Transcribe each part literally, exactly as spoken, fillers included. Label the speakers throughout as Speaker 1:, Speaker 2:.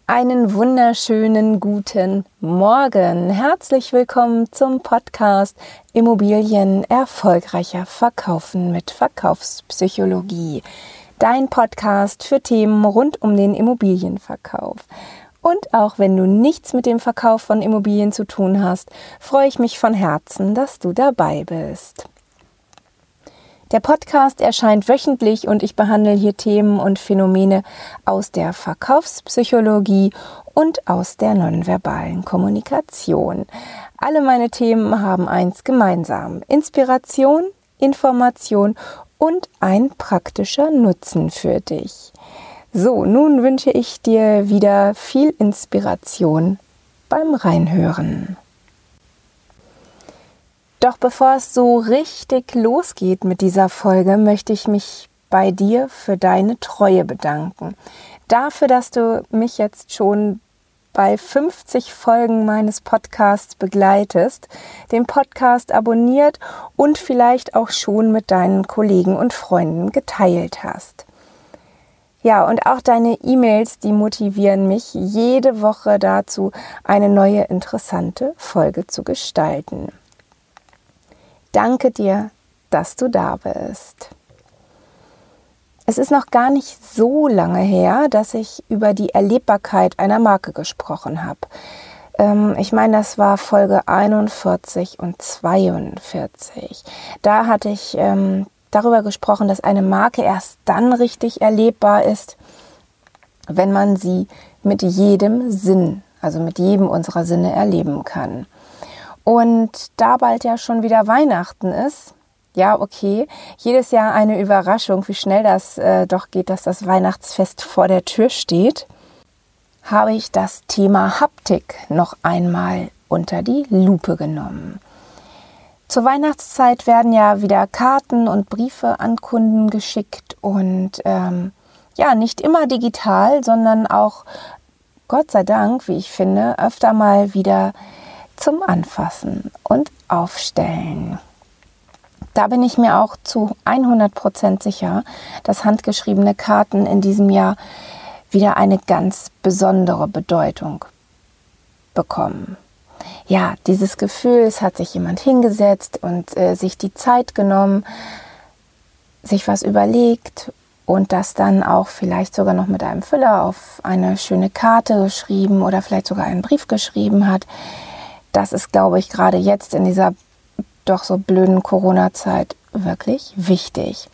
Speaker 1: Einen wunderschönen guten Morgen. Herzlich willkommen zum Podcast Immobilien erfolgreicher verkaufen mit Verkaufspsychologie. Dein Podcast für Themen rund um den Immobilienverkauf. Und auch wenn du nichts mit dem Verkauf von Immobilien zu tun hast, freue ich mich von Herzen, dass du dabei bist. Der Podcast erscheint wöchentlich und ich behandle hier Themen und Phänomene aus der Verkaufspsychologie und aus der nonverbalen Kommunikation. Alle meine Themen haben eins gemeinsam: Inspiration, Information und ein praktischer Nutzen für dich. So, nun wünsche ich dir wieder viel Inspiration beim Reinhören. Doch bevor es so richtig losgeht mit dieser Folge, möchte ich mich bei dir für deine Treue bedanken. Dafür, dass du mich jetzt schon bei fünfzig Folgen meines Podcasts begleitest, den Podcast abonniert und vielleicht auch schon mit deinen Kollegen und Freunden geteilt hast. Ja, und auch deine E-Mails, die motivieren mich, jede Woche dazu, eine neue interessante Folge zu gestalten. Danke dir, dass du da bist. Es ist noch gar nicht so lange her, dass ich über die Erlebbarkeit einer Marke gesprochen habe. Ähm, ich meine, das war Folge einundvierzig und zweiundvierzig. Da hatte ich ähm, darüber gesprochen, dass eine Marke erst dann richtig erlebbar ist, wenn man sie mit jedem Sinn, also mit jedem unserer Sinne erleben kann. Und da bald ja schon wieder Weihnachten ist, ja okay, jedes Jahr eine Überraschung, wie schnell das äh, doch geht, dass das Weihnachtsfest vor der Tür steht, habe ich das Thema Haptik noch einmal unter die Lupe genommen. Zur Weihnachtszeit werden ja wieder Karten und Briefe an Kunden geschickt und ähm, ja, nicht immer digital, sondern auch, Gott sei Dank, wie ich finde, öfter mal wieder zum Anfassen und Aufstellen. Da bin ich mir auch zu hundert Prozent sicher, dass handgeschriebene Karten in diesem Jahr wieder eine ganz besondere Bedeutung bekommen. Ja, dieses Gefühl, es hat sich jemand hingesetzt und äh, sich die Zeit genommen, sich was überlegt und das dann auch vielleicht sogar noch mit einem Füller auf eine schöne Karte geschrieben oder vielleicht sogar einen Brief geschrieben hat. Das ist, glaube ich, gerade jetzt in dieser doch so blöden Corona-Zeit wirklich wichtig.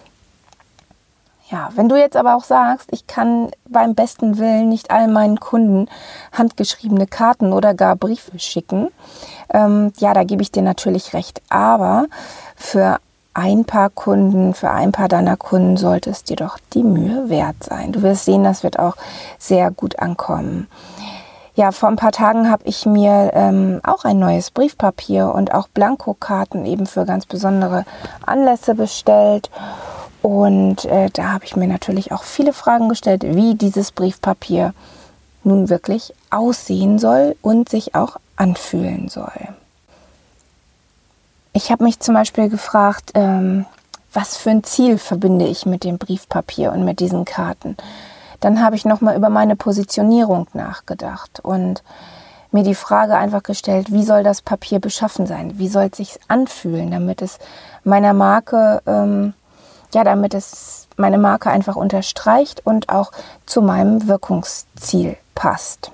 Speaker 1: Ja, wenn du jetzt aber auch sagst, ich kann beim besten Willen nicht all meinen Kunden handgeschriebene Karten oder gar Briefe schicken, ähm, ja, da gebe ich dir natürlich recht. Aber für ein paar Kunden, für ein paar deiner Kunden sollte es dir doch die Mühe wert sein. Du wirst sehen, das wird auch sehr gut ankommen. Ja, vor ein paar Tagen habe ich mir ähm, auch ein neues Briefpapier und auch Blankokarten eben für ganz besondere Anlässe bestellt. Und äh, da habe ich mir natürlich auch viele Fragen gestellt, wie dieses Briefpapier nun wirklich aussehen soll und sich auch anfühlen soll. Ich habe mich zum Beispiel gefragt, ähm, was für ein Ziel verbinde ich mit dem Briefpapier und mit diesen Karten? Dann habe ich nochmal über meine Positionierung nachgedacht und mir die Frage einfach gestellt, wie soll das Papier beschaffen sein? Wie soll es sich anfühlen, damit es meiner Marke, ähm, ja, damit es meine Marke einfach unterstreicht und auch zu meinem Wirkungsziel passt.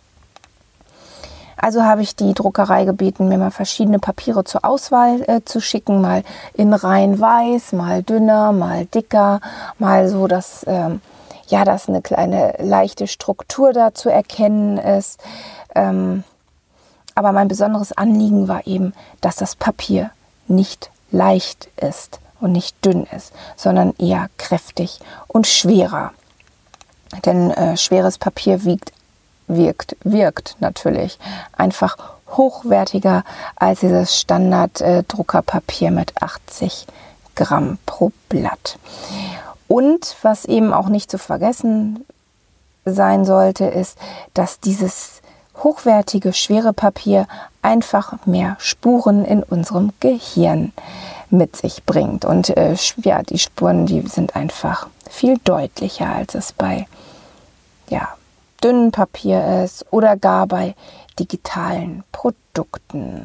Speaker 1: Also habe ich die Druckerei gebeten, mir mal verschiedene Papiere zur Auswahl äh, zu schicken, mal in rein weiß, mal dünner, mal dicker, mal so, dass ähm, ja, dass eine kleine leichte Struktur da zu erkennen ist. Ähm, aber mein besonderes Anliegen war eben, dass das Papier nicht leicht ist und nicht dünn ist, sondern eher kräftig und schwerer. Denn äh, schweres Papier wiegt, wirkt, wirkt natürlich einfach hochwertiger als dieses Standard-Druckerpapier äh, mit achtzig Gramm pro Blatt. Und was eben auch nicht zu vergessen sein sollte, ist, dass dieses hochwertige, schwere Papier einfach mehr Spuren in unserem Gehirn mit sich bringt. Und äh, ja, die Spuren, die sind einfach viel deutlicher, als es bei ja, dünnen Papier ist oder gar bei digitalen Produkten.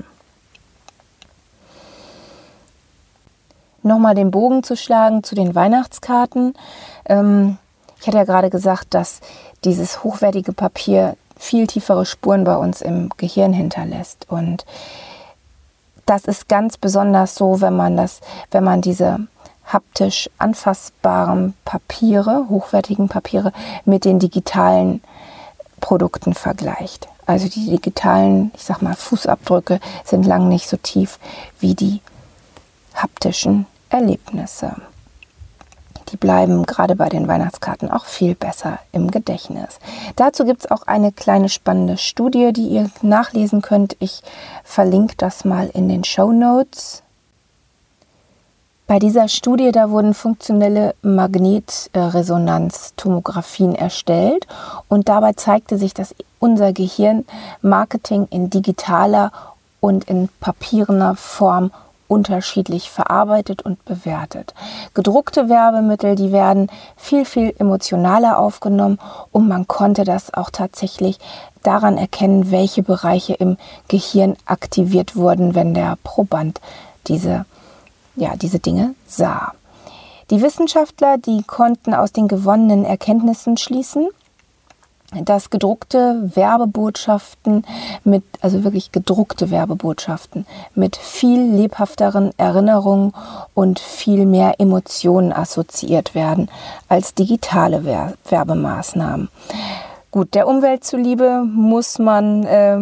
Speaker 1: Nochmal den Bogen zu schlagen zu den Weihnachtskarten. Ähm, ich hatte ja gerade gesagt, dass dieses hochwertige Papier viel tiefere Spuren bei uns im Gehirn hinterlässt. Und das ist ganz besonders so, wenn man das, wenn man diese haptisch anfassbaren Papiere, hochwertigen Papiere mit den digitalen Produkten vergleicht. Also die digitalen, ich sag mal, Fußabdrücke sind lang nicht so tief wie die haptischen Erlebnisse. Die bleiben gerade bei den Weihnachtskarten auch viel besser im Gedächtnis. Dazu gibt es auch eine kleine spannende Studie, die ihr nachlesen könnt. Ich verlinke das mal in den Shownotes. Bei dieser Studie, da wurden funktionelle Magnetresonanztomographien erstellt und dabei zeigte sich, dass unser Gehirn Marketing in digitaler und in papierener Form unterschiedlich verarbeitet und bewertet. Gedruckte Werbemittel, die werden viel, viel emotionaler aufgenommen und man konnte das auch tatsächlich daran erkennen, welche Bereiche im Gehirn aktiviert wurden, wenn der Proband diese, ja, diese Dinge sah. Die Wissenschaftler, die konnten aus den gewonnenen Erkenntnissen schließen, dass gedruckte Werbebotschaften mit, also wirklich gedruckte Werbebotschaften mit viel lebhafteren Erinnerungen und viel mehr Emotionen assoziiert werden als digitale Wer- Werbemaßnahmen. Gut, der Umwelt zuliebe muss man äh,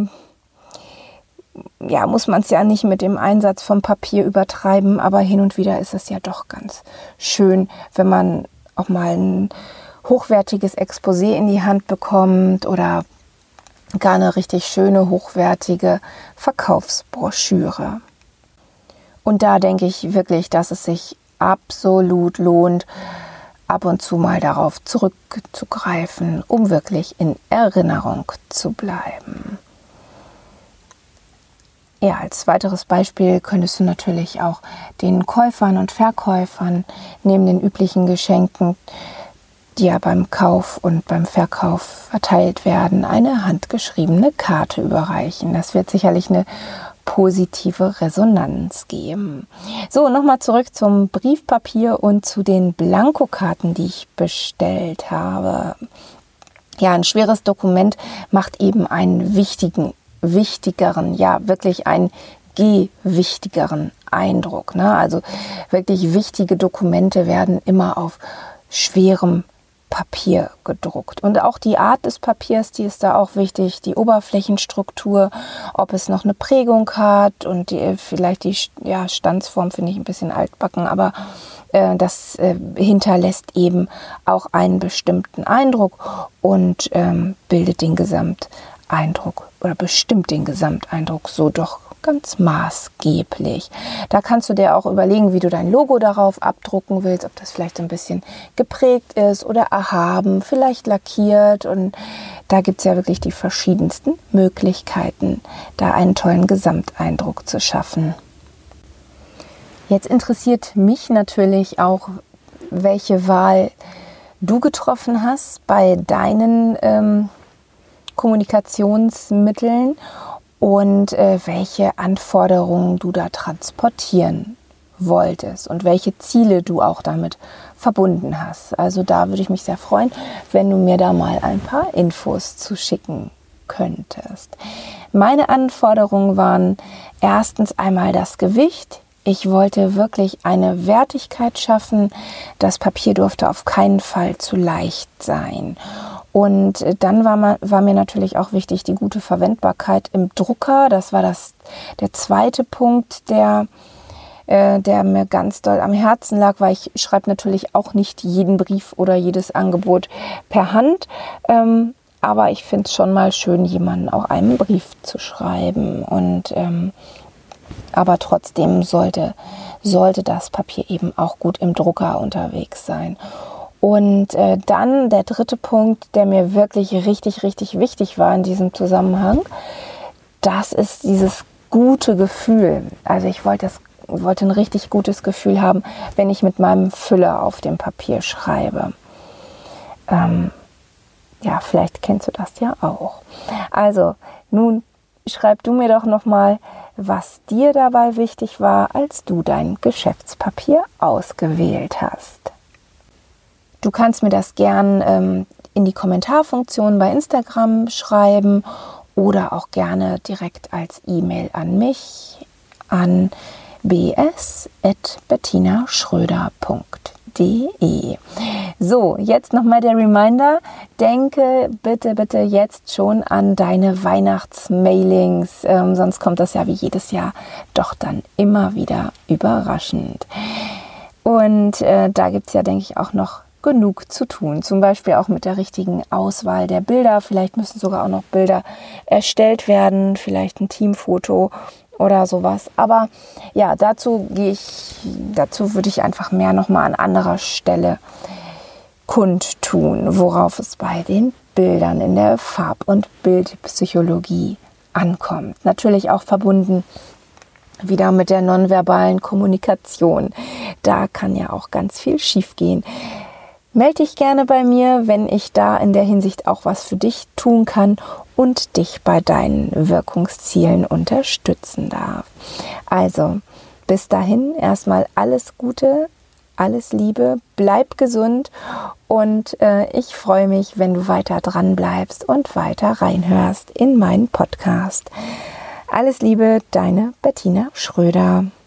Speaker 1: ja, muss man es ja nicht mit dem Einsatz von Papier übertreiben, aber hin und wieder ist es ja doch ganz schön, wenn man auch mal ein hochwertiges Exposé in die Hand bekommt oder gar eine richtig schöne, hochwertige Verkaufsbroschüre. Und da denke ich wirklich, dass es sich absolut lohnt, ab und zu mal darauf zurückzugreifen, um wirklich in Erinnerung zu bleiben. Ja, als weiteres Beispiel könntest du natürlich auch den Käufern und Verkäufern neben den üblichen Geschenken, die ja beim Kauf und beim Verkauf verteilt werden, eine handgeschriebene Karte überreichen. Das wird sicherlich eine positive Resonanz geben. So, nochmal zurück zum Briefpapier und zu den Blankokarten, die ich bestellt habe. Ja, ein schweres Dokument macht eben einen wichtigen, wichtigeren, ja wirklich einen gewichtigeren Eindruck. Ne? Also wirklich wichtige Dokumente werden immer auf schwerem Papier gedruckt. Und auch die Art des Papiers, die ist da auch wichtig, die Oberflächenstruktur, ob es noch eine Prägung hat und die, vielleicht die ja, Stanzform finde ich ein bisschen altbacken, aber äh, das äh, hinterlässt eben auch einen bestimmten Eindruck und ähm, bildet den Gesamteindruck oder bestimmt den Gesamteindruck so doch ganz maßgeblich. Da kannst du dir auch überlegen, wie du dein Logo darauf abdrucken willst, ob das vielleicht ein bisschen geprägt ist oder erhaben, vielleicht lackiert. Und da gibt es ja wirklich die verschiedensten Möglichkeiten, da einen tollen Gesamteindruck zu schaffen. Jetzt interessiert mich natürlich auch, welche Wahl du getroffen hast bei deinen ähm, Kommunikationsmitteln und äh, welche Anforderungen du da transportieren wolltest und welche Ziele du auch damit verbunden hast. Also da würde ich mich sehr freuen, wenn du mir da mal ein paar Infos zu schicken könntest. Meine Anforderungen waren erstens einmal das Gewicht. Ich wollte wirklich eine Wertigkeit schaffen. Das Papier durfte auf keinen Fall zu leicht sein. Und dann war, man, war mir natürlich auch wichtig die gute Verwendbarkeit im Drucker. Das war das, der zweite Punkt, der, äh, der mir ganz doll am Herzen lag, weil ich schreibe natürlich auch nicht jeden Brief oder jedes Angebot per Hand. Ähm, aber ich finde es schon mal schön, jemanden auch einen Brief zu schreiben. Und ähm, aber trotzdem sollte, sollte das Papier eben auch gut im Drucker unterwegs sein. Und äh, dann der dritte Punkt, der mir wirklich richtig, richtig wichtig war in diesem Zusammenhang, das ist dieses gute Gefühl. Also ich wollte, das, wollte ein richtig gutes Gefühl haben, wenn ich mit meinem Füller auf dem Papier schreibe. Ähm, Ja, vielleicht kennst du das ja auch. Also, nun schreib du mir doch nochmal, was dir dabei wichtig war, als du dein Geschäftspapier ausgewählt hast. Du kannst mir das gern ähm, in die Kommentarfunktion bei Instagram schreiben oder auch gerne direkt als E-Mail an mich an b s at bettina schröder punkt de. So, jetzt nochmal der Reminder. Denke bitte, bitte jetzt schon an deine Weihnachtsmailings, ähm, sonst kommt das ja wie jedes Jahr doch dann immer wieder überraschend. Und äh, da gibt es ja, denke ich, auch noch genug zu tun. Zum Beispiel auch mit der richtigen Auswahl der Bilder. Vielleicht müssen sogar auch noch Bilder erstellt werden, vielleicht ein Teamfoto oder sowas. Aber ja, dazu gehe ich, dazu würde ich einfach mehr nochmal an anderer Stelle kundtun, worauf es bei den Bildern in der Farb- und Bildpsychologie ankommt. Natürlich auch verbunden wieder mit der nonverbalen Kommunikation. Da kann ja auch ganz viel schiefgehen. Melde dich gerne bei mir, wenn ich da in der Hinsicht auch was für dich tun kann und dich bei deinen Wirkungszielen unterstützen darf. Also, bis dahin erstmal alles Gute, alles Liebe, bleib gesund und äh, ich freue mich, wenn du weiter dran bleibst und weiter reinhörst in meinen Podcast. Alles Liebe, deine Bettina Schröder.